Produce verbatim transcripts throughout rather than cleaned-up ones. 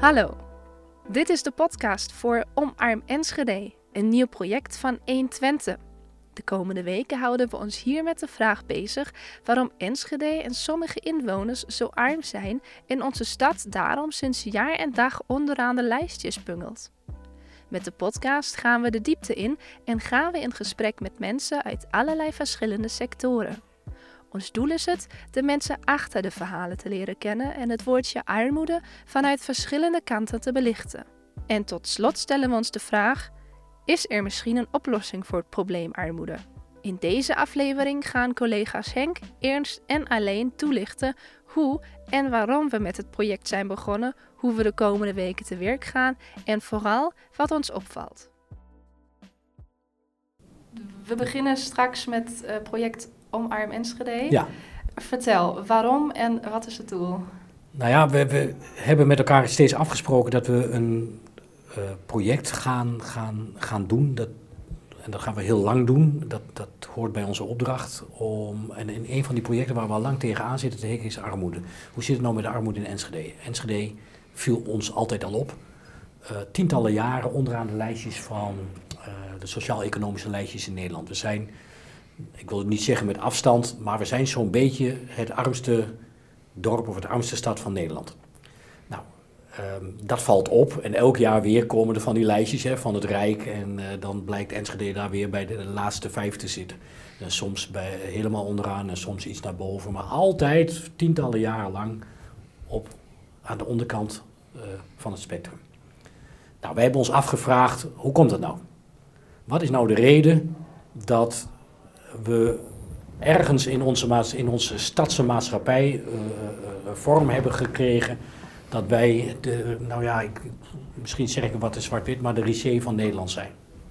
Hallo, dit is de podcast voor Omarm Enschede, een nieuw project van één Twente. De komende weken houden we ons hier met de vraag bezig waarom Enschede en sommige inwoners zo arm zijn en onze stad daarom sinds jaar en dag onderaan de lijstjes bungelt. Met de podcast gaan we de diepte in en gaan we in gesprek met mensen uit allerlei verschillende sectoren. Ons doel is het de mensen achter de verhalen te leren kennen en het woordje armoede vanuit verschillende kanten te belichten. En tot slot stellen we ons de vraag: is er misschien een oplossing voor het probleem armoede? In deze aflevering gaan collega's Henk, Ernst en Alleen toelichten hoe en waarom we met het project zijn begonnen, hoe we de komende weken te werk gaan en vooral wat ons opvalt. We beginnen straks met het project Omarm Enschede. Ja. Vertel, waarom en wat is het doel? Nou ja, we, we hebben met elkaar steeds afgesproken dat we een uh, project gaan, gaan, gaan doen. Dat, en dat gaan we heel lang doen. Dat, dat hoort bij onze opdracht. Om, en in een van die projecten waar we al lang tegenaan zitten te hikken is armoede. Hoe zit het nou met de armoede in Enschede? Enschede viel ons altijd al op. Uh, tientallen jaren onderaan de lijstjes van uh, de sociaal-economische lijstjes in Nederland. We zijn, ik wil het niet zeggen met afstand, maar we zijn zo'n beetje het armste dorp of het armste stad van Nederland. Nou, um, dat valt op en elk jaar weer komen er van die lijstjes hè, van het Rijk en uh, dan blijkt Enschede daar weer bij de laatste vijf te zitten. En soms bij, helemaal onderaan en soms iets naar boven, maar altijd tientallen jaren lang op, aan de onderkant uh, van het spectrum. Nou, wij hebben ons afgevraagd, hoe komt dat nou? Wat is nou de reden dat we ergens in onze, maats- in onze stadse maatschappij uh, uh, vorm hebben gekregen dat wij, de, nou ja, ik, misschien zeg ik wat te zwart-wit, maar de Riché van Nederland zijn.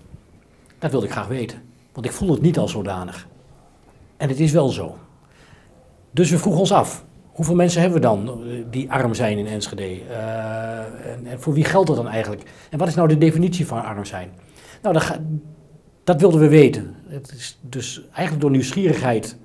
Dat wilde ik graag weten, want ik voel het niet al zodanig. En het is wel zo. Dus we vroegen ons af, hoeveel mensen hebben we dan die arm zijn in Enschede? Uh, en, en voor wie geldt dat dan eigenlijk? En wat is nou de definitie van arm zijn? Nou, dat, ga, dat wilden we weten. Het is dus eigenlijk door nieuwsgierigheid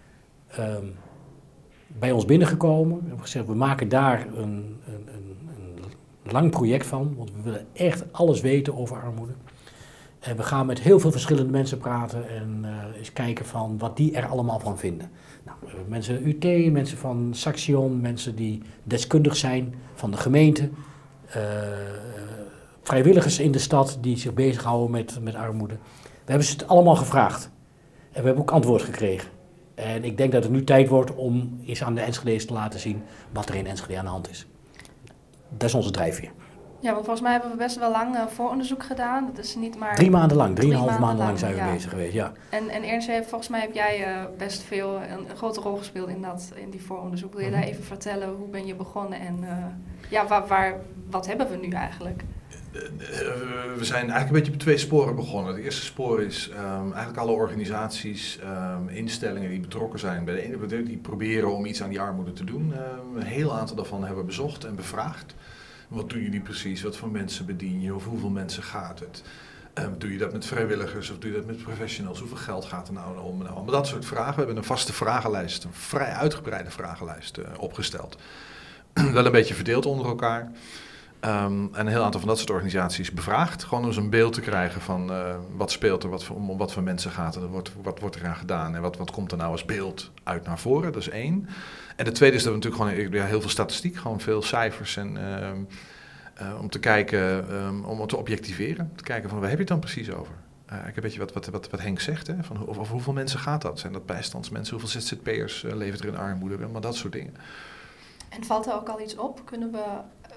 um, bij ons binnengekomen. We hebben gezegd, we maken daar een, een, een, een lang project van, want we willen echt alles weten over armoede. En we gaan met heel veel verschillende mensen praten en uh, eens kijken van wat die er allemaal van vinden. Nou, mensen U T, mensen van Saxion, mensen die deskundig zijn van de gemeente, uh, vrijwilligers in de stad die zich bezighouden met, met armoede. We hebben ze het allemaal gevraagd en we hebben ook antwoord gekregen. En ik denk dat het nu tijd wordt om eens aan de Enschede's te laten zien wat er in Enschede aan de hand is. Dat is onze drijfveer. Ja, want volgens mij hebben we best wel lang uh, vooronderzoek gedaan. Dat is niet maar... Drie maanden lang, drieënhalf drie maanden, maanden lang zijn we ja. bezig geweest, ja. En, en Ernst, heeft, volgens mij heb jij uh, best veel, een, een grote rol gespeeld in, dat, in die vooronderzoek. Wil je mm-hmm. daar even vertellen, hoe ben je begonnen en uh, ja, waar, waar, wat hebben we nu eigenlijk? Uh, uh, we zijn eigenlijk een beetje op twee sporen begonnen. Het eerste spoor is um, eigenlijk alle organisaties, um, instellingen die betrokken zijn bij de ene bedrijf, die proberen om iets aan die armoede te doen. Um, een heel aantal daarvan hebben we bezocht en bevraagd. Wat doen jullie precies? Wat voor mensen bedien je? Of hoeveel mensen gaat het? Um, doe je dat met vrijwilligers of doe je dat met professionals? Hoeveel geld gaat er nou om? Nou, allemaal dat soort vragen. We hebben een vaste vragenlijst, een vrij uitgebreide vragenlijst uh, opgesteld. Wel een beetje verdeeld onder elkaar. Um, en een heel aantal van dat soort organisaties bevraagd. Gewoon om eens een beeld te krijgen van uh, wat speelt er, wat voor, om, om wat voor mensen gaat er, wat, wat wordt er aan gedaan en wat, wat komt er nou als beeld uit naar voren. Dat is één. En de tweede is dat we natuurlijk gewoon ja, heel veel statistiek, gewoon veel cijfers en um, uh, om te kijken, um, om het te objectiveren. Te kijken van waar heb je het dan precies over? Uh, ik een beetje wat, wat, wat, wat Henk zegt, hè, van over, over hoeveel mensen gaat dat? Zijn dat bijstandsmensen? Hoeveel Z Z P'ers uh, levert er in armoede? Maar dat soort dingen. En valt er ook al iets op? Kunnen we...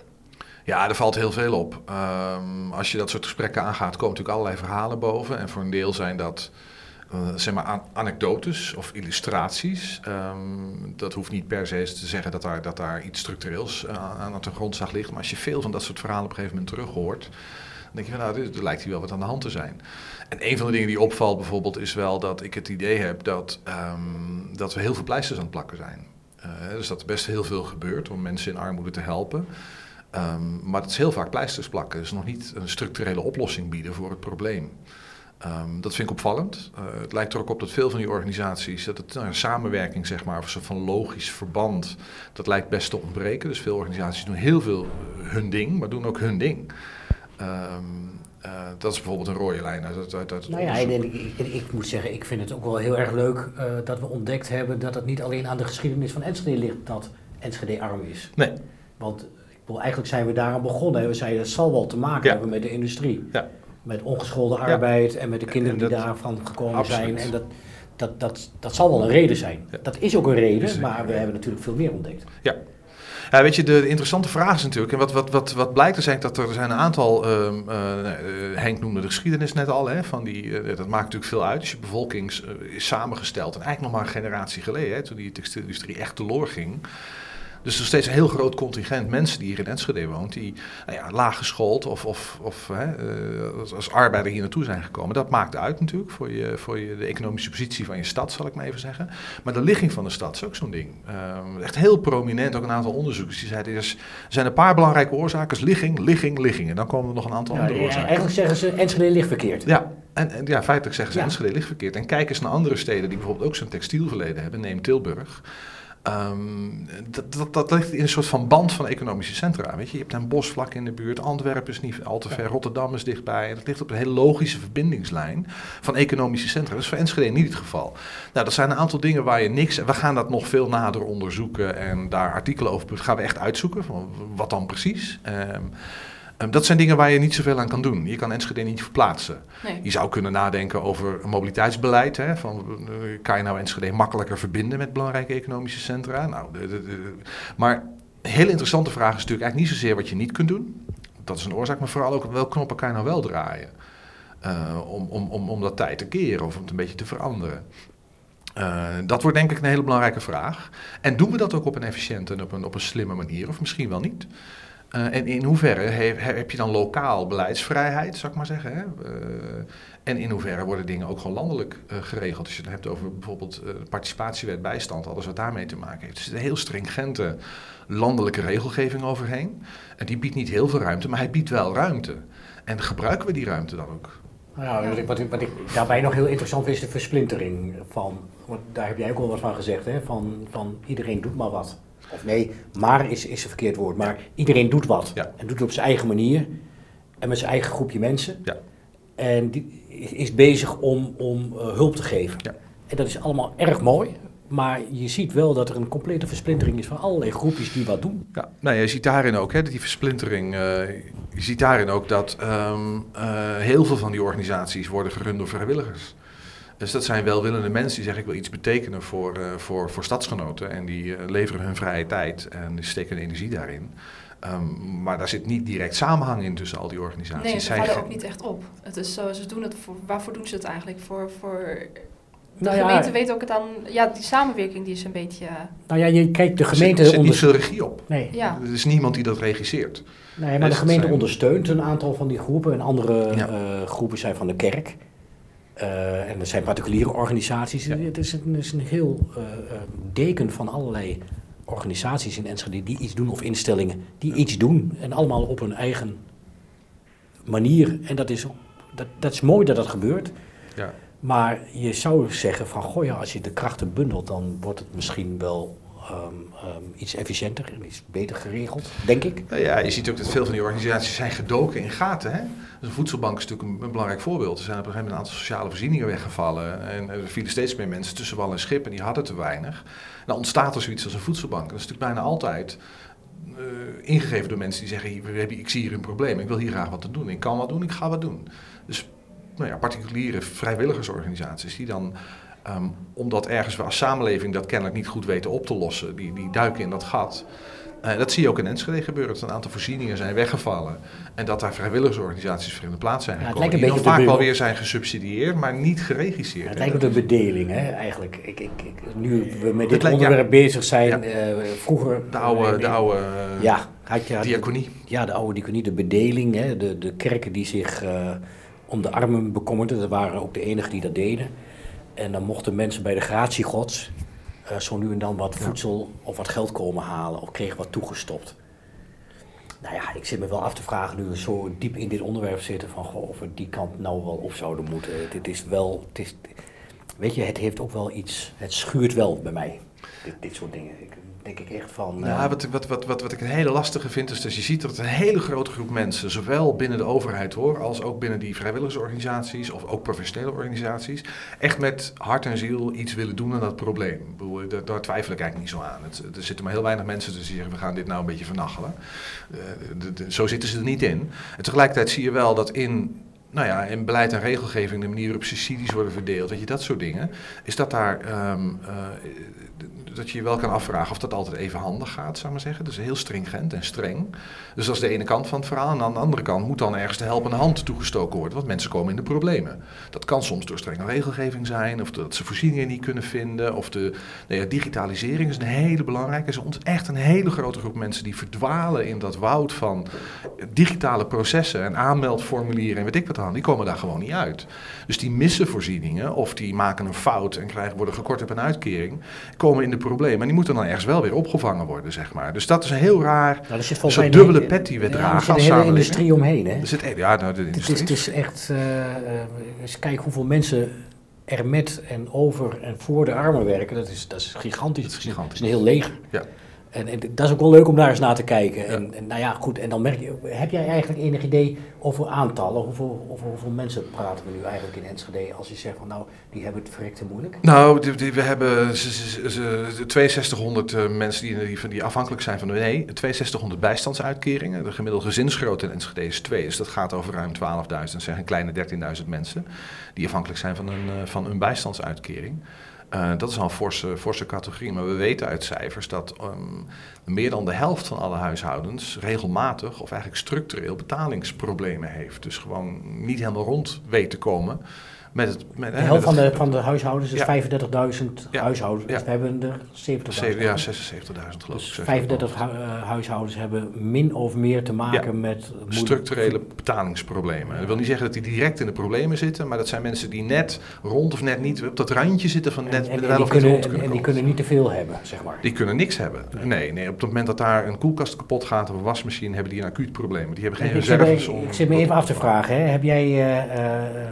Ja, er valt heel veel op. Um, als je dat soort gesprekken aangaat, komen natuurlijk allerlei verhalen boven. En voor een deel zijn dat uh, zeg maar an- anekdotes of illustraties. Um, dat hoeft niet per se te zeggen dat daar, dat daar iets structureels uh, aan de grondslag ligt. Maar als je veel van dat soort verhalen op een gegeven moment terug hoort, dan denk je van nou, er lijkt hier wel wat aan de hand te zijn. En een van de dingen die opvalt bijvoorbeeld is wel dat ik het idee heb dat, um, dat we heel veel pleisters aan het plakken zijn. Uh, dus dat er best heel veel gebeurt om mensen in armoede te helpen. Um, maar het is heel vaak pleisters plakken. Dus nog niet een structurele oplossing bieden voor het probleem. Um, dat vind ik opvallend. Uh, het lijkt er ook op dat veel van die organisaties, dat het nou, een samenwerking zeg maar, of een soort van logisch verband, dat lijkt best te ontbreken. Dus veel organisaties doen heel veel hun ding, maar doen ook hun ding. Um, uh, dat is bijvoorbeeld een rode lijn uit, uit, uit het nou ja, ik, ik, ik, ik moet zeggen, ik vind het ook wel heel erg leuk uh, dat we ontdekt hebben dat het niet alleen aan de geschiedenis van Enschede ligt dat Enschede arm is. Nee. Want ik bedoel, eigenlijk zijn we daaraan begonnen. Hè. We zeiden, het zal wel te maken ja. hebben met de industrie. Ja. Met ongeschoolde arbeid ja. en met de kinderen dat, die daarvan gekomen absoluut. zijn. En dat, dat, dat, dat zal wel een reden zijn. Ja. Dat is ook een reden, is, maar we ja. hebben natuurlijk veel meer ontdekt. Ja. Ja, weet je, de, de interessante vraag is natuurlijk, en wat, wat, wat, wat blijkt is eigenlijk dat er zijn een aantal, um, uh, Henk noemde de geschiedenis net al, hè, van die, uh, dat maakt natuurlijk veel uit. Dus je bevolking uh, is samengesteld en eigenlijk nog maar een generatie geleden, hè, toen die textielindustrie echt teloor ging. Dus er is steeds een heel groot contingent mensen die hier in Enschede woont, die nou ja, laag geschoold of, of, of hè, uh, als arbeider hier naartoe zijn gekomen. Dat maakt uit natuurlijk voor, je, voor je, de economische positie van je stad, zal ik maar even zeggen. Maar de ligging van de stad is ook zo'n ding. Uh, echt heel prominent, ook een aantal onderzoekers die zeiden, er zijn een paar belangrijke oorzaken, is ligging, ligging, ligging. En dan komen er nog een aantal ja, andere oorzaken. Eigenlijk zeggen ze, Enschede ligt verkeerd. Ja, en, en ja, feitelijk zeggen ze, ja. Enschede ligt verkeerd. En kijk eens naar andere steden die bijvoorbeeld ook zo'n textielverleden hebben, neem Tilburg. Um, dat, dat, dat ligt in een soort van band van economische centra. Weet je? je hebt een bos vlak in de buurt, Antwerpen is niet al te ver, Rotterdam is dichtbij. En dat ligt op een hele logische verbindingslijn van economische centra. Dat is voor Enschede niet het geval. Nou, dat zijn een aantal dingen waar je niks... We gaan dat nog veel nader onderzoeken en daar artikelen over gaan we echt uitzoeken. Van wat dan precies? Um, Um, dat zijn dingen waar je niet zoveel aan kan doen. Je kan Enschede niet verplaatsen. Nee. Je zou kunnen nadenken over een mobiliteitsbeleid. Hè, van, uh, kan je nou Enschede makkelijker verbinden met belangrijke economische centra? Nou, de, de, de, maar een hele interessante vraag is natuurlijk eigenlijk niet zozeer wat je niet kunt doen. Dat is een oorzaak, maar vooral ook welke knoppen kan je nou wel draaien. Uh, om, om, om, om dat tijd te keren of om het een beetje te veranderen. Uh, dat wordt denk ik een hele belangrijke vraag. En doen we dat ook op een efficiënte en op een, op een slimme manier of misschien wel niet? Uh, en in hoeverre he, he, heb je dan lokaal beleidsvrijheid, zou ik maar zeggen. Hè? Uh, en in hoeverre worden dingen ook gewoon landelijk uh, geregeld. Als je het hebt over bijvoorbeeld uh, participatiewet, bijstand, alles wat daarmee te maken heeft. Er zit een heel stringente landelijke regelgeving overheen. En die biedt niet heel veel ruimte, maar hij biedt wel ruimte. En gebruiken we die ruimte dan ook? Nou ja, wat, ik, wat, ik, wat ik daarbij nog heel interessant vind, is de versplintering van, want daar heb jij ook al wat van gezegd, hè? Van, van iedereen doet maar wat. Of nee, maar is, is een verkeerd woord. Maar iedereen doet wat. Ja. En doet het op zijn eigen manier. En met zijn eigen groepje mensen. Ja. En die is bezig om, om uh, hulp te geven. Ja. En dat is allemaal erg mooi. Maar je ziet wel dat er een complete versplintering is van allerlei groepjes die wat doen. Ja, nou, je ziet daarin ook, hè, die versplintering. Uh, je ziet daarin ook dat um, uh, heel veel van die organisaties worden gerund door vrijwilligers. Dus dat zijn welwillende mensen die zeggen ik wil iets betekenen voor, uh, voor, voor stadsgenoten. En die uh, leveren hun vrije tijd en die steken energie daarin. Um, maar daar zit niet direct samenhang in tussen al die organisaties. Nee, ze vallen ook niet echt op. Het is zo, ze doen het voor, waarvoor doen ze het eigenlijk? Voor, voor de nou gemeente ja, weet ook dan, ja, die samenwerking die is een beetje... Nou ja, je kijkt de gemeente... Er zit niet veel regie op. Nee. Ja. Er is niemand die dat regisseert. Nee, maar dus de gemeente zijn... ondersteunt een aantal van die groepen. En andere ja. uh, groepen zijn van de kerk. Uh, en er zijn particuliere organisaties. Ja. Het, is een, het is een heel uh, deken van allerlei organisaties in Enschede die iets doen, of instellingen die ja. iets doen. En allemaal op hun eigen manier. En dat is, dat, dat is mooi dat dat gebeurt. Ja. Maar je zou zeggen van, goh ja, als je de krachten bundelt, dan wordt het misschien wel um, um, iets efficiënter en iets beter geregeld, denk ik. Nou ja, je ziet ook dat veel van die organisaties zijn gedoken in gaten, hè? Dus een voedselbank is natuurlijk een, een belangrijk voorbeeld. Er zijn op een gegeven moment een aantal sociale voorzieningen weggevallen. En er vielen steeds meer mensen tussen wal en schip en die hadden te weinig. En dan ontstaat er zoiets als een voedselbank. Dat is natuurlijk bijna altijd uh, ingegeven door mensen die zeggen, we hebben, ik zie hier een probleem, ik wil hier graag wat doen. Ik kan wat doen, ik ga wat doen. Dus nou ja, particuliere vrijwilligersorganisaties die dan, um, omdat ergens we als samenleving dat kennelijk niet goed weten op te lossen, die, die duiken in dat gat. Uh, dat zie je ook in Enschede gebeuren, dat een aantal voorzieningen zijn weggevallen en dat daar vrijwilligersorganisaties voor in de plaats zijn gekomen. Ja, die dan vaak wel weer zijn gesubsidieerd, maar niet geregisseerd. Ja, het lijkt op de bedeling, hè, eigenlijk. Ik, ik, ik, nu we met dit lijkt, onderwerp ja. bezig zijn, ja. uh, vroeger... De oude, uh, de oude uh, ja, had je, diaconie. De, ja, de oude diaconie, de bedeling, hè, de, de kerken die zich uh, om de armen bekommerden. Dat waren ook de enigen die dat deden. En dan mochten mensen bij de gratie gods uh, zo nu en dan wat voedsel ja. of wat geld komen halen of kregen wat toegestopt. Nou ja, ik zit me wel af te vragen nu we zo diep in dit onderwerp zitten van goh, of we die kant nou wel op zouden moeten. Dit is wel, het is, weet je, het heeft ook wel iets, het schuurt wel bij mij, dit, dit soort dingen. Ik, denk ik echt van... Uh... Ja, wat, wat, wat, wat, wat ik een hele lastige vind is dat je ziet dat een hele grote groep mensen, zowel binnen de overheid hoor, als ook binnen die vrijwilligersorganisaties of ook professionele organisaties, echt met hart en ziel iets willen doen aan dat probleem. Ik bedoel, daar, daar twijfel ik eigenlijk niet zo aan. Het, er zitten maar heel weinig mensen die zeggen, we gaan dit nou een beetje vernachelen. Uh, de, de, zo zitten ze er niet in. En tegelijkertijd zie je wel dat in... Nou ja, in beleid en regelgeving, de manier waarop subsidies worden verdeeld, weet je, dat soort dingen, is dat daar, um, uh, dat je je wel kan afvragen of dat altijd even handig gaat, zou ik maar zeggen. Dus heel stringent en streng. Dus dat is de ene kant van het verhaal. En aan de andere kant moet dan ergens de helpende hand toegestoken worden, want mensen komen in de problemen. Dat kan soms door strenge regelgeving zijn, of dat ze voorzieningen niet kunnen vinden, of de nou ja, digitalisering is een hele belangrijke. Er is echt een hele grote groep mensen die verdwalen in dat woud van digitale processen en aanmeldformulieren en weet ik wat aan. Die komen daar gewoon niet uit. Dus die missen voorzieningen of die maken een fout en krijgen, worden gekort op een uitkering, komen in de problemen. En die moeten dan ergens wel weer opgevangen worden, zeg maar. Dus dat is een heel raar, nou, een soort dubbele pet die we dragen als samenleving. Er zit een hele industrie omheen, hè? Er zit, ja, nou, de industrie. Het is, het is echt, uh, uh, eens kijken hoeveel mensen er met en over en voor de armen werken. Dat is, dat is gigantisch. Dat is gigantisch. Het is een heel leger. Ja. En, en dat is ook wel leuk om daar eens naar te kijken. Ja. En, en nou ja, goed. En dan merk je, heb jij eigenlijk enig idee over aantallen? Hoeveel, over hoeveel mensen praten we nu eigenlijk in Enschede als je zegt van nou, die hebben het verrekte moeilijk? Nou, die, die, we hebben z, z, z, tweeënzestighonderd uh, mensen die, die, die afhankelijk zijn van de nee, tweeënzestighonderd bijstandsuitkeringen. De gemiddelde gezinsgrootte in Enschede is twee. Dus dat gaat over ruim twaalfduizend. Dat zijn een kleine dertienduizend mensen die afhankelijk zijn van een, uh, van een bijstandsuitkering. Uh, dat is al een forse, forse categorie, maar we weten uit cijfers dat um, meer dan de helft van alle huishoudens regelmatig of eigenlijk structureel betalingsproblemen heeft. Dus gewoon niet helemaal rond weet te komen. Met het, met, de helft van de, van de huishoudens is ja. vijfendertigduizend ja. huishoudens. Dus ja. we hebben er zeventigduizend. Ja, zesenzeventigduizend geloof ik. Dus vijfendertig hu- uh, huishoudens hebben min of meer te maken ja. met... structurele betalingsproblemen. Dat wil niet zeggen dat die direct in de problemen zitten, maar dat zijn mensen die net rond of net niet op dat randje zitten van net en, en, wel of niet rond kunnen kunnen En die kunnen niet te veel hebben, zeg maar. Die kunnen niks hebben. Nee, nee, nee op het moment dat daar een koelkast kapot gaat of een wasmachine, hebben die een acuut probleem. Die hebben geen reserves. Ik, ik zit me even af te vragen, hè. Heb jij... Uh, uh,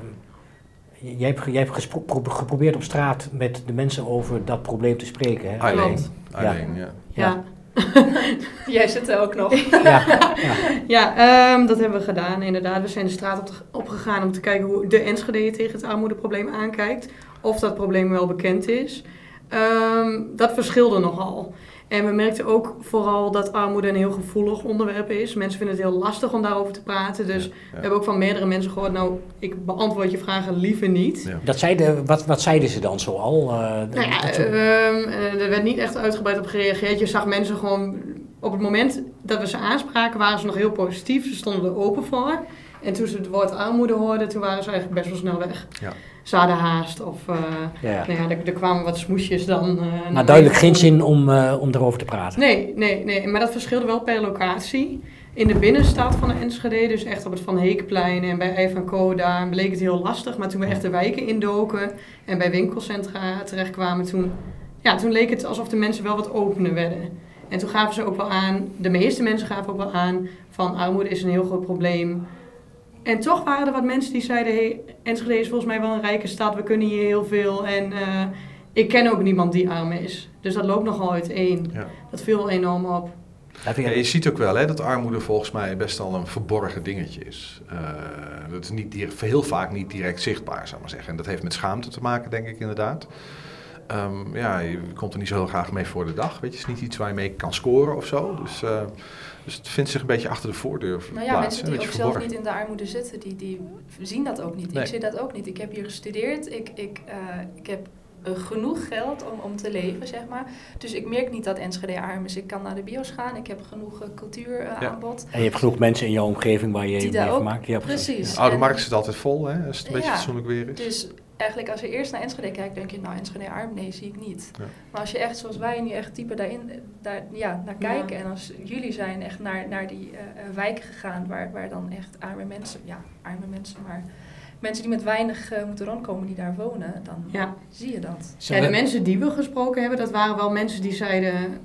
Jij hebt, jij hebt gespro- geprobeerd op straat met de mensen over dat probleem te spreken. Hè? Alleen, alleen, ja. ja. ja. Jij zit er ook nog. ja, ja. ja um, dat hebben we gedaan inderdaad. We zijn de straat op, te, op gegaan om te kijken hoe de Enschede tegen het armoedeprobleem aankijkt. Of dat probleem wel bekend is. Um, dat verschilde nogal. En we merkten ook vooral dat armoede een heel gevoelig onderwerp is. Mensen vinden het heel lastig om daarover te praten. Dus ja, ja. we hebben ook van meerdere mensen gehoord, nou, ik beantwoord je vragen liever niet. Ja. Dat zeiden, wat, wat zeiden ze dan zoal? Uh, nou ja, zo... uh, er werd niet echt uitgebreid op gereageerd. Je zag mensen gewoon, op het moment dat we ze aanspraken, waren ze nog heel positief. Ze stonden er open voor. En toen ze het woord armoede hoorden, toen waren ze eigenlijk best wel snel weg. Ja. Ze hadden haast of uh, ja. Nou ja, er, er kwamen wat smoesjes dan. Uh, maar duidelijk geen zin om, uh, om erover te praten. Nee, nee, nee, maar dat verschilde wel per locatie. In de binnenstad van de Enschede, dus echt op het Van Heekplein en bij Eif en Co, daar bleek het heel lastig. Maar toen we echt de wijken indoken en bij winkelcentra terechtkwamen, toen, ja, toen leek het alsof de mensen wel wat opener werden. En toen gaven ze ook wel aan, de meeste mensen gaven ook wel aan, van armoede is een heel groot probleem. En toch waren er wat mensen die zeiden, hey, Enschede is volgens mij wel een rijke stad, we kunnen hier heel veel en uh, ik ken ook niemand die arm is. Dus dat loopt nogal uiteen. Ja. Dat viel enorm op. Ja, je ziet ook wel hè, dat armoede volgens mij best al een verborgen dingetje is. Uh, dat is niet direct, heel vaak niet direct zichtbaar, zou ik maar zeggen. En dat heeft met schaamte te maken, denk ik inderdaad. Um, ja, je komt er niet zo heel graag mee voor de dag. Weet je, het is niet iets waar je mee kan scoren of zo. Dus... Uh, Dus het vindt zich een beetje achter de voordeur nou ja, plaats. Mensen die ook zelf niet in de armoede zitten, die, die zien dat ook niet. Nee. Ik zie dat ook niet. Ik heb hier gestudeerd. Ik, ik, uh, ik heb uh, genoeg geld om, om te leven, zeg maar. Dus ik merk niet dat Enschede arm is. Ik kan naar de bios gaan. Ik heb genoeg uh, cultuuraanbod. Uh, ja. En je hebt genoeg mensen in jouw omgeving waar je je mee vermaakt. Ja, precies. precies. Ja. Oude Markt zit altijd vol, hè, als het een ja, beetje fatsoenlijk weer is. Dus eigenlijk als je eerst naar Enschede kijkt, denk je, nou, Enschede arm, nee, zie ik niet. Ja. Maar als je echt, zoals wij nu echt dieper daarin, daar, ja, naar kijken. Ja. En als jullie zijn echt naar, naar die uh, wijken gegaan, waar, waar dan echt arme mensen, ja, arme mensen, maar mensen die met weinig uh, moeten rondkomen, die daar wonen, dan ja. zie je dat. Ja, de mensen die we gesproken hebben, dat waren wel mensen die zeiden,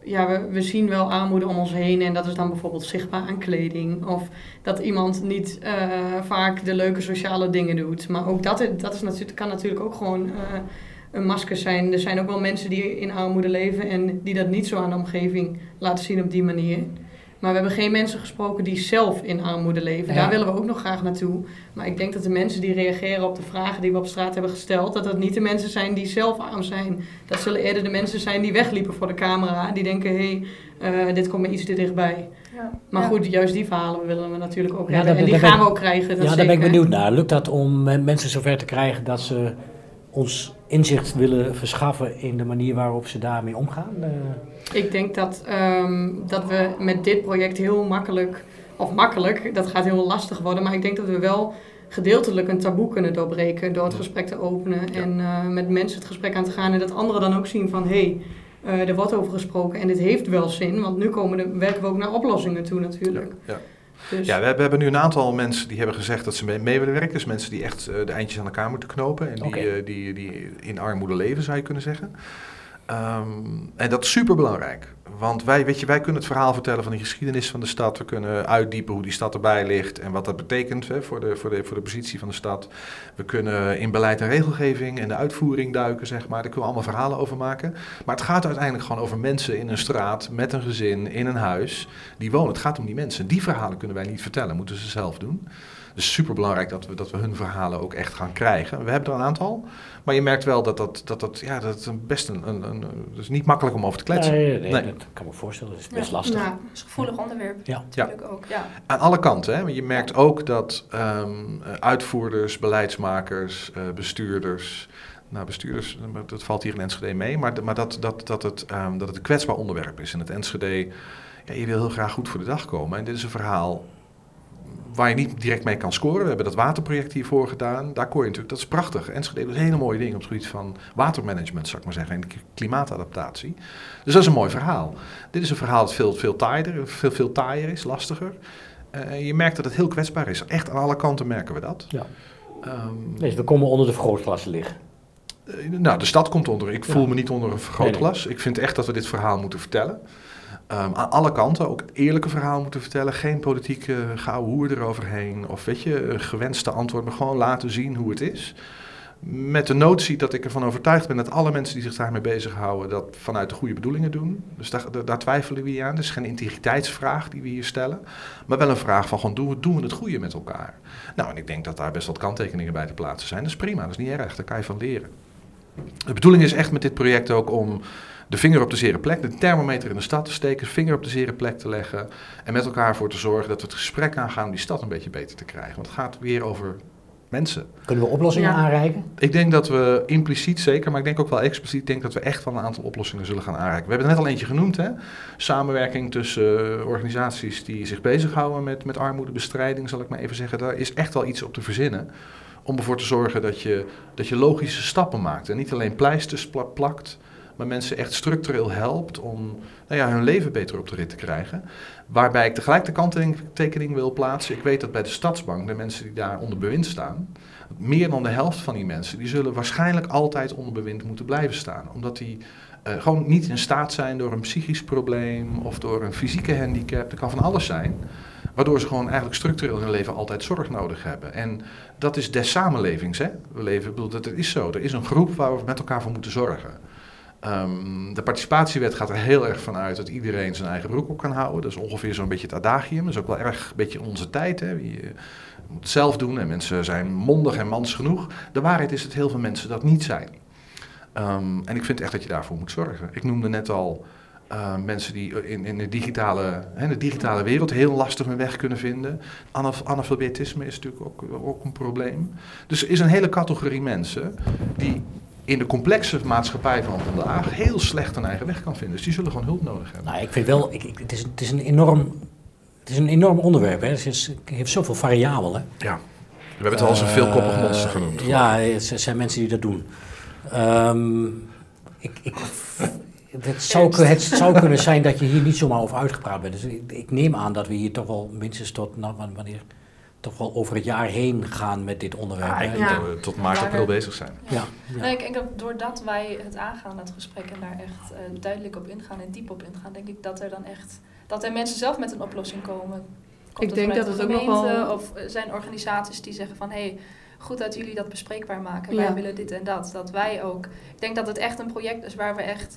ja, we, we zien wel armoede om ons heen en dat is dan bijvoorbeeld zichtbaar aan kleding. Of dat iemand niet uh, vaak de leuke sociale dingen doet. Maar ook dat, dat is natuurlijk, kan natuurlijk ook gewoon uh, een masker zijn. Er zijn ook wel mensen die in armoede leven en die dat niet zo aan de omgeving laten zien op die manier. Maar we hebben geen mensen gesproken die zelf in armoede leven. Ja. Daar willen we ook nog graag naartoe. Maar ik denk dat de mensen die reageren op de vragen die we op straat hebben gesteld, dat dat niet de mensen zijn die zelf arm zijn. Dat zullen eerder de mensen zijn die wegliepen voor de camera. Die denken, hé, hey, uh, dit komt me iets te dichtbij. Ja. Maar goed, juist die verhalen willen we natuurlijk ook ja, hebben. En die gaan we ook krijgen. Dat ja, zeker. Daar ben ik benieuwd naar. Lukt dat om mensen zover te krijgen dat ze ons inzicht willen verschaffen in de manier waarop ze daarmee omgaan? Uh... Ik denk dat, um, dat we met dit project heel makkelijk, of makkelijk, dat gaat heel lastig worden, maar ik denk dat we wel gedeeltelijk een taboe kunnen doorbreken door het gesprek te openen ja. en uh, met mensen het gesprek aan te gaan en dat anderen dan ook zien van hé, hey, uh, er wordt over gesproken en dit heeft wel zin, want nu komen de, werken we ook naar oplossingen toe natuurlijk. Ja. Ja. Dus. Ja, we hebben, we hebben nu een aantal mensen die hebben gezegd dat ze mee, mee willen werken. Dus mensen die echt uh, de eindjes aan elkaar moeten knopen. En die, okay. uh, die, die in armoede leven, zou je kunnen zeggen. Um, en dat is super belangrijk. Want wij, weet je, wij kunnen het verhaal vertellen van de geschiedenis van de stad. We kunnen uitdiepen hoe die stad erbij ligt en wat dat betekent hè, voor, de, voor, de, voor de positie van de stad. We kunnen in beleid en regelgeving en de uitvoering duiken, zeg maar. Daar kunnen we allemaal verhalen over maken. Maar het gaat uiteindelijk gewoon over mensen in een straat, met een gezin, in een huis, die wonen. Het gaat om die mensen. Die verhalen kunnen wij niet vertellen, moeten ze zelf doen. Dus super belangrijk dat we, dat we hun verhalen ook echt gaan krijgen. We hebben er een aantal, maar je merkt wel dat dat, dat, dat, ja, dat het best een, een, een... Het is niet makkelijk om over te kletsen. Nee, nee, nee, dat kan me voorstellen. Dat is best ja, lastig. Ja, het is een gevoelig onderwerp. Ja. Natuurlijk ook. Ja. Aan alle kanten. Hè? Je merkt ook dat um, uitvoerders, beleidsmakers, uh, bestuurders... Nou, bestuurders, dat valt hier in Enschede mee. Maar, maar dat, dat, dat, het, um, dat het een kwetsbaar onderwerp is. En het Enschede, ja, je wil heel graag goed voor de dag komen. En dit is een verhaal waar je niet direct mee kan scoren. We hebben dat waterproject hiervoor gedaan. Daar kon je natuurlijk, dat is prachtig. Enschede doet hele mooie dingen op het gebied van watermanagement, zou ik maar zeggen, en klimaatadaptatie. Dus dat is een mooi verhaal. Dit is een verhaal dat veel, veel taaier, veel, veel taaier is, lastiger. Uh, je merkt dat het heel kwetsbaar is. Echt aan alle kanten merken we dat. Ja. Um, nee, we komen onder de vergrootglas liggen. Uh, nou, de stad komt onder. Ik voel ja. me niet onder een vergrootglas. Nee, nee. Ik vind echt dat we dit verhaal moeten vertellen. Um, aan alle kanten ook het eerlijke verhaal moeten vertellen. Geen politieke geouwehoer eroverheen. Of weet je, gewenste antwoord. Maar gewoon laten zien hoe het is. Met de notie dat ik ervan overtuigd ben dat alle mensen die zich daarmee bezighouden dat vanuit de goede bedoelingen doen. Dus daar, daar, daar twijfelen we niet aan. Het is geen integriteitsvraag die we hier stellen. Maar wel een vraag van gewoon doen we, doen we het goede met elkaar. Nou, en ik denk dat daar best wat kanttekeningen bij te plaatsen zijn. Dat is prima, dat is niet erg. Daar kan je van leren. De bedoeling is echt met dit project ook om de vinger op de zere plek, de thermometer in de stad te steken, vinger op de zere plek te leggen en met elkaar voor te zorgen dat we het gesprek aangaan om die stad een beetje beter te krijgen. Want het gaat weer over mensen. Kunnen we oplossingen ja. aanreiken? Ik denk dat we impliciet zeker, maar ik denk ook wel expliciet, denk dat we echt wel een aantal oplossingen zullen gaan aanreiken. We hebben er net al eentje genoemd, hè? Samenwerking tussen uh, organisaties die zich bezighouden met, met armoedebestrijding, zal ik maar even zeggen. Daar is echt wel iets op te verzinnen. Om ervoor te zorgen dat je, dat je logische stappen maakt en niet alleen pleisters plakt, maar mensen echt structureel helpt om nou ja, hun leven beter op de rit te krijgen. Waarbij ik tegelijk de kanttekening wil plaatsen. Ik weet dat bij de Stadsbank, de mensen die daar onder bewind staan, meer dan de helft van die mensen, die zullen waarschijnlijk altijd onder bewind moeten blijven staan. Omdat die uh, gewoon niet in staat zijn door een psychisch probleem of door een fysieke handicap. Dat kan van alles zijn. Waardoor ze gewoon eigenlijk structureel in hun leven altijd zorg nodig hebben. En dat is des samenlevings. Hè? We leven, ik bedoel, dat is zo. Er is een groep waar we met elkaar voor moeten zorgen. Um, de participatiewet gaat er heel erg van uit dat iedereen zijn eigen broek op kan houden. Dat is ongeveer zo'n beetje het adagium. Dat is ook wel erg een beetje onze tijd. Hè? Je moet het zelf doen en mensen zijn mondig en mans genoeg. De waarheid is dat heel veel mensen dat niet zijn. Um, en ik vind echt dat je daarvoor moet zorgen. Ik noemde net al uh, mensen die in, in de, digitale, hè, de digitale wereld heel lastig hun weg kunnen vinden. Anaf- analfabetisme is natuurlijk ook, ook een probleem. Dus er is een hele categorie mensen die in de complexe maatschappij van vandaag heel slecht een eigen weg kan vinden. Dus die zullen gewoon hulp nodig hebben. Nou, ik vind wel, ik, ik, het, is, het, is een enorm, het is een enorm onderwerp. Hè. Het, is, het heeft zoveel variabelen. Ja, we hebben het al eens een veelkoppig monster genoemd. Uh, ja, het zijn mensen die dat doen. Um, ik, ik, het, zou, het zou kunnen zijn dat je hier niet zomaar over uitgepraat bent. Dus ik, ik neem aan dat we hier toch wel minstens tot, nou, wanneer, toch wel over het jaar heen gaan met dit onderwerp. Ja, hè? ik denk Ja. dat we tot maart, april bezig zijn. Ja. Ja, ja. Nee, ik denk dat doordat wij het aangaan, het gesprek, en daar echt uh, duidelijk op ingaan en diep op ingaan, denk ik dat er dan echt, dat er mensen zelf met een oplossing komen. Komt Ik denk vanuit dat de het ook nog gemeente, wel- of uh, zijn organisaties die zeggen van, hé, hey, goed dat jullie dat bespreekbaar maken, Ja. wij willen dit en dat. Dat wij ook, ik denk dat het echt een project is waar we echt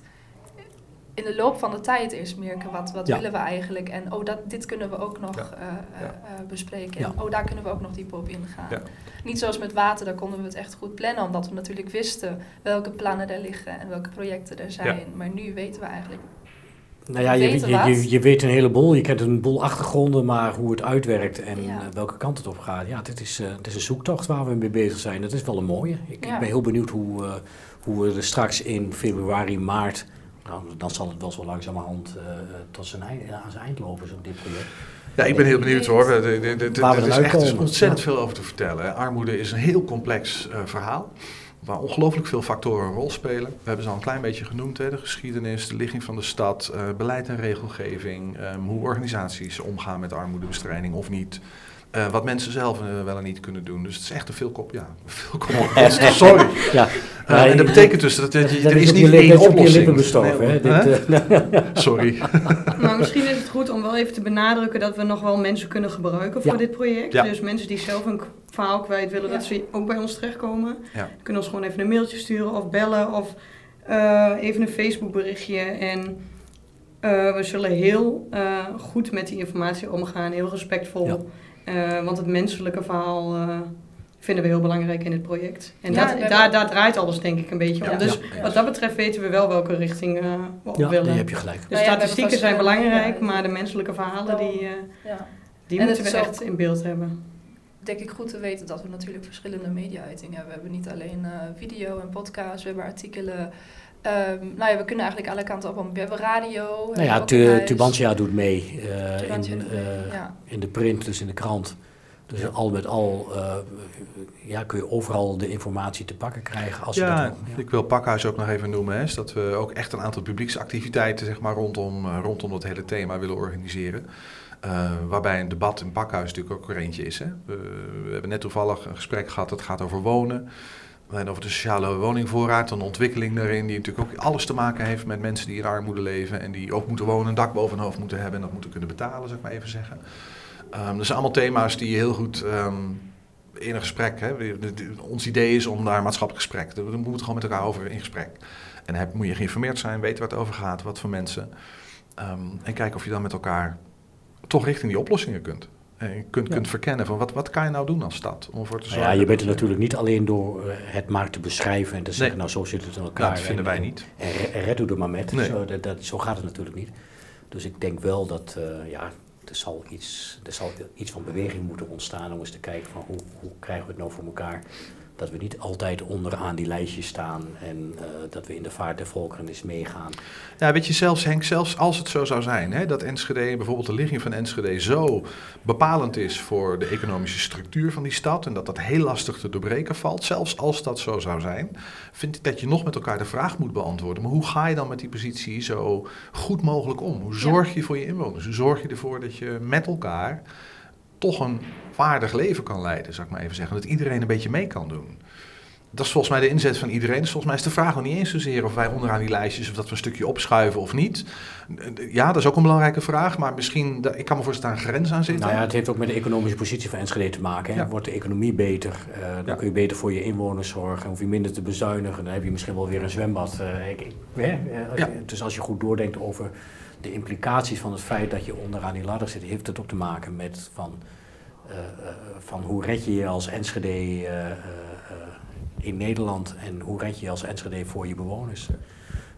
in de loop van de tijd eerst merken, wat, wat Ja. willen we eigenlijk, en oh, dat, dit kunnen we ook nog Ja. uh, uh, Ja. uh, bespreken, Ja. en oh, daar kunnen we ook nog dieper op ingaan. Ja. Niet zoals met water, daar konden we het echt goed plannen, omdat we natuurlijk wisten welke plannen er liggen en welke projecten er zijn. Maar nu weten we eigenlijk. Nou ja, We je, weten je, wat. je, je weet een heleboel, je kent een boel achtergronden, maar hoe het uitwerkt en Ja. uh, welke kant het op gaat, ja, dit is, uh, dit is een zoektocht waar we mee bezig zijn. Dat is wel een mooie. Ik, Ja. ik ben heel benieuwd hoe, uh, hoe we er straks in februari, maart, nou, dan zal het wel zo langzamerhand uh, tot zijn eind, aan zijn eind lopen, zo'n dit project. Ja, ik ben heel benieuwd hoor. Er, er, er, er, Waar we er dan is echt er is uitkomen. ontzettend Ja. veel over te vertellen. Hè. Armoede is een heel complex uh, verhaal, waar ongelooflijk veel factoren een rol spelen. We hebben ze al een klein beetje genoemd, hè. De geschiedenis, de ligging van de stad, uh, beleid en regelgeving, um, hoe organisaties omgaan met armoedebestrijding of niet. Uh, wat mensen zelf uh, wel en niet kunnen doen. Dus het is echt een veelkop, ja, veelkop. Sorry. Ja. Uh, en dat betekent dus dat, dat, je, Dat er is op niet je lip- één dat is op je oplossing. lippen bestoven, hè? Nee, Dit, uh, Sorry. Maar misschien is het goed om wel even te benadrukken dat we nog wel mensen kunnen gebruiken voor Ja. dit project. Ja. Dus mensen die zelf een k- verhaal kwijt willen, Ja. dat ze ook bij ons terechtkomen. Ja. Kunnen ons gewoon even een mailtje sturen of bellen of uh, even een Facebook berichtje. En uh, we zullen heel uh, goed met die informatie omgaan, heel respectvol. Ja. Uh, want het menselijke verhaal uh, vinden we heel belangrijk in het project. En Ja, dat, we hebben- daar, daar draait alles denk ik een beetje om. Ja. Dus Ja. wat dat betreft weten we wel welke richting uh, we op ja, willen. daar heb je gelijk. De Nou ja, we hebben statistieken zijn verschillende- belangrijk, ja, maar de menselijke verhalen die, uh, Ja. die En moeten het we is echt ook- in beeld hebben. Denk ik goed te weten dat we natuurlijk verschillende media-uitingen hebben. We hebben niet alleen uh, video en podcast, we hebben artikelen. Um, nou ja, we kunnen eigenlijk alle kanten op. We hebben radio. Nou ja, Tu- Tubantia doet mee, uh, Tubantia in, doet mee, uh, ja. in de print, dus in de krant. Dus Ja. al met al uh, ja, kun je overal de informatie te pakken krijgen als je Ja, dat wil. Ja. ik wil Pakhuis ook nog even noemen. Hè, is dat we ook echt een aantal publieksactiviteiten zeg maar, rondom, uh, rondom dat hele thema willen organiseren. Uh, waarbij een debat in Pakhuis natuurlijk ook er eentje is. Hè. We, we hebben net toevallig een gesprek gehad, dat gaat over wonen. En over de sociale woningvoorraad, een ontwikkeling daarin die natuurlijk ook alles te maken heeft met mensen die in armoede leven. En die ook moeten wonen, een dak boven hun hoofd moeten hebben en dat moeten kunnen betalen, zou ik maar even zeggen. Um, dat zijn allemaal thema's die je heel goed um, in een gesprek, hè, de, de, de, ons idee is om daar een maatschappelijk gesprek, daar moeten we gewoon met elkaar over in gesprek. En dan heb, moet je geïnformeerd zijn, weten waar het over gaat, wat voor mensen. Um, en kijken of je dan met elkaar toch richting die oplossingen kunt. En je kunt, Ja. kunt verkennen van wat, wat kan je nou doen als stad om ervoor te Nou zorgen. ja, je bent er dat- natuurlijk niet alleen door uh, het maar te beschrijven en te zeggen, Nee. nou zo zit het in elkaar. Nou, dat vinden en, wij en- niet. En, en red u er maar met. Nee. Zo, dat, dat, zo gaat het natuurlijk niet. Dus ik denk wel dat uh, ja, er, zal iets, er zal iets van beweging moeten ontstaan om eens te kijken van hoe, hoe krijgen we het nou voor elkaar. Dat we niet altijd onderaan die lijstjes staan en uh, dat we in de vaart der volkeren eens meegaan. Ja, weet je, zelfs Henk, zelfs als het zo zou zijn, hè, dat Enschede, bijvoorbeeld de ligging van Enschede, zo bepalend is voor de economische structuur van die stad en dat dat heel lastig te doorbreken valt, zelfs als dat zo zou zijn, vind ik dat je nog met elkaar de vraag moet beantwoorden. Maar hoe ga je dan met die positie zo goed mogelijk om? Hoe zorg je voor je inwoners? Hoe zorg je ervoor dat je met elkaar toch een waardig leven kan leiden, zou ik maar even zeggen. Dat iedereen een beetje mee kan doen. Dat is volgens mij de inzet van iedereen. Dus volgens mij is de vraag nog niet eens zozeer of wij onderaan die lijstjes, of dat we een stukje opschuiven of niet. Ja, dat is ook een belangrijke vraag, maar misschien, ik kan me voorstellen, daar een grens aan zitten. Nou ja, het heeft ook met de economische positie van Enschede te maken. Hè. Ja. Wordt de economie beter, uh, dan Ja. kun je beter voor je inwoners zorgen. Hoef je minder te bezuinigen, dan heb je misschien wel weer een zwembad. Uh, ik, ik, hè? Uh, Ja. Dus als je goed doordenkt over de implicaties van het feit dat je onderaan die ladder zit, heeft het ook te maken met van, uh, uh, van hoe red je je als Enschede uh, uh, uh, in Nederland en hoe red je je als Enschede voor je bewoners. Uh,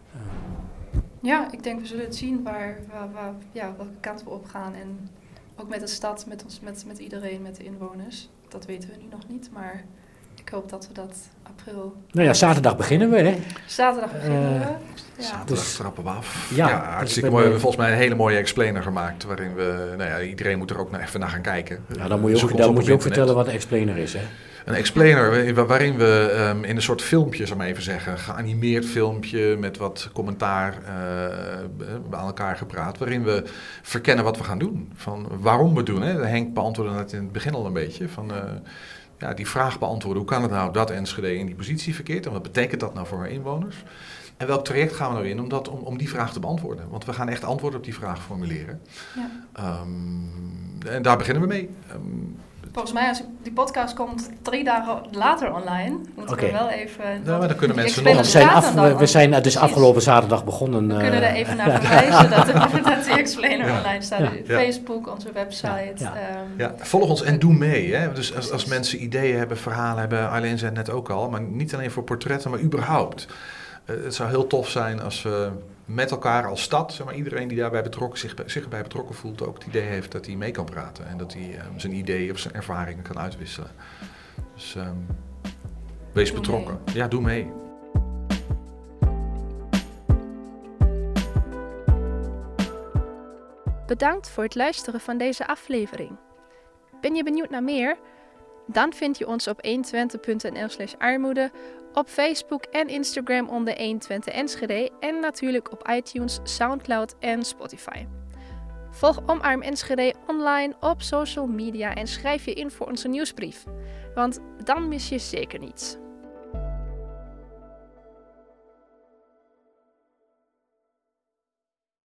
Ja, ik denk we zullen het zien waar, waar, waar, ja, welke kant we op gaan. En ook met de stad, met, ons, met, met iedereen, met de inwoners. Dat weten we nu nog niet, maar ik hoop dat we dat april... nou ja, zaterdag beginnen we, hè? Zaterdag beginnen we. Uh, Ja. Zaterdag Dus- trappen we af. Ja, Ja, dus hartstikke ik ben, mooi. We hebben uh, volgens mij een hele mooie explainer gemaakt, waarin we, nou ja, iedereen moet er ook naar, even naar gaan kijken. Nou, dan moet je ook, Zoek ons dan op moet op je ook internet. vertellen wat de explainer is, hè? Een explainer waarin we um, in een soort filmpje, zou ik maar even zeggen, geanimeerd filmpje met wat commentaar uh, bij elkaar gepraat, waarin we verkennen wat we gaan doen. Van waarom we doen. Hè? Henk beantwoordde het in het begin al een beetje. Van, uh, ja, die vraag beantwoorden, hoe kan het nou dat Enschede in die positie verkeert en wat betekent dat nou voor haar inwoners? En welk traject gaan we nou in om, dat, om, om die vraag te beantwoorden? Want we gaan echt antwoorden op die vraag formuleren. Ja. Um, en daar beginnen we mee. Um, Volgens mij, als die podcast komt drie dagen later online, moeten okay. we wel even... Ja, maar dan kunnen mensen nog... We zijn, af, we, we zijn dus Precies. afgelopen zaterdag begonnen. We uh, kunnen er even naar verwijzen dat, de, dat die explainer ja. online staat. Ja. Ja. Facebook, onze website. Ja. Ja. Um, ja, volg ons en doe mee. Hè? Dus als, als mensen ideeën hebben, verhalen hebben, Arlene zei het net ook al, maar niet alleen voor portretten, maar überhaupt. Uh, het zou heel tof zijn als we met elkaar als stad, zeg maar, iedereen die daarbij betrokken, zich, zich bij betrokken voelt, ook het idee heeft dat hij mee kan praten en dat hij um, zijn ideeën of zijn ervaringen kan uitwisselen. Dus um, wees doe betrokken. Mee. Ja, doe mee. Bedankt voor het luisteren van deze aflevering. Ben je benieuwd naar meer? Dan vind je ons op honderdtwintig punt n l slash armoede, op Facebook en Instagram onder honderdtwintig Enschede en natuurlijk op iTunes, Soundcloud en Spotify. Volg Omarm Enschede online op social media en schrijf je in voor onze nieuwsbrief, want dan mis je zeker niets.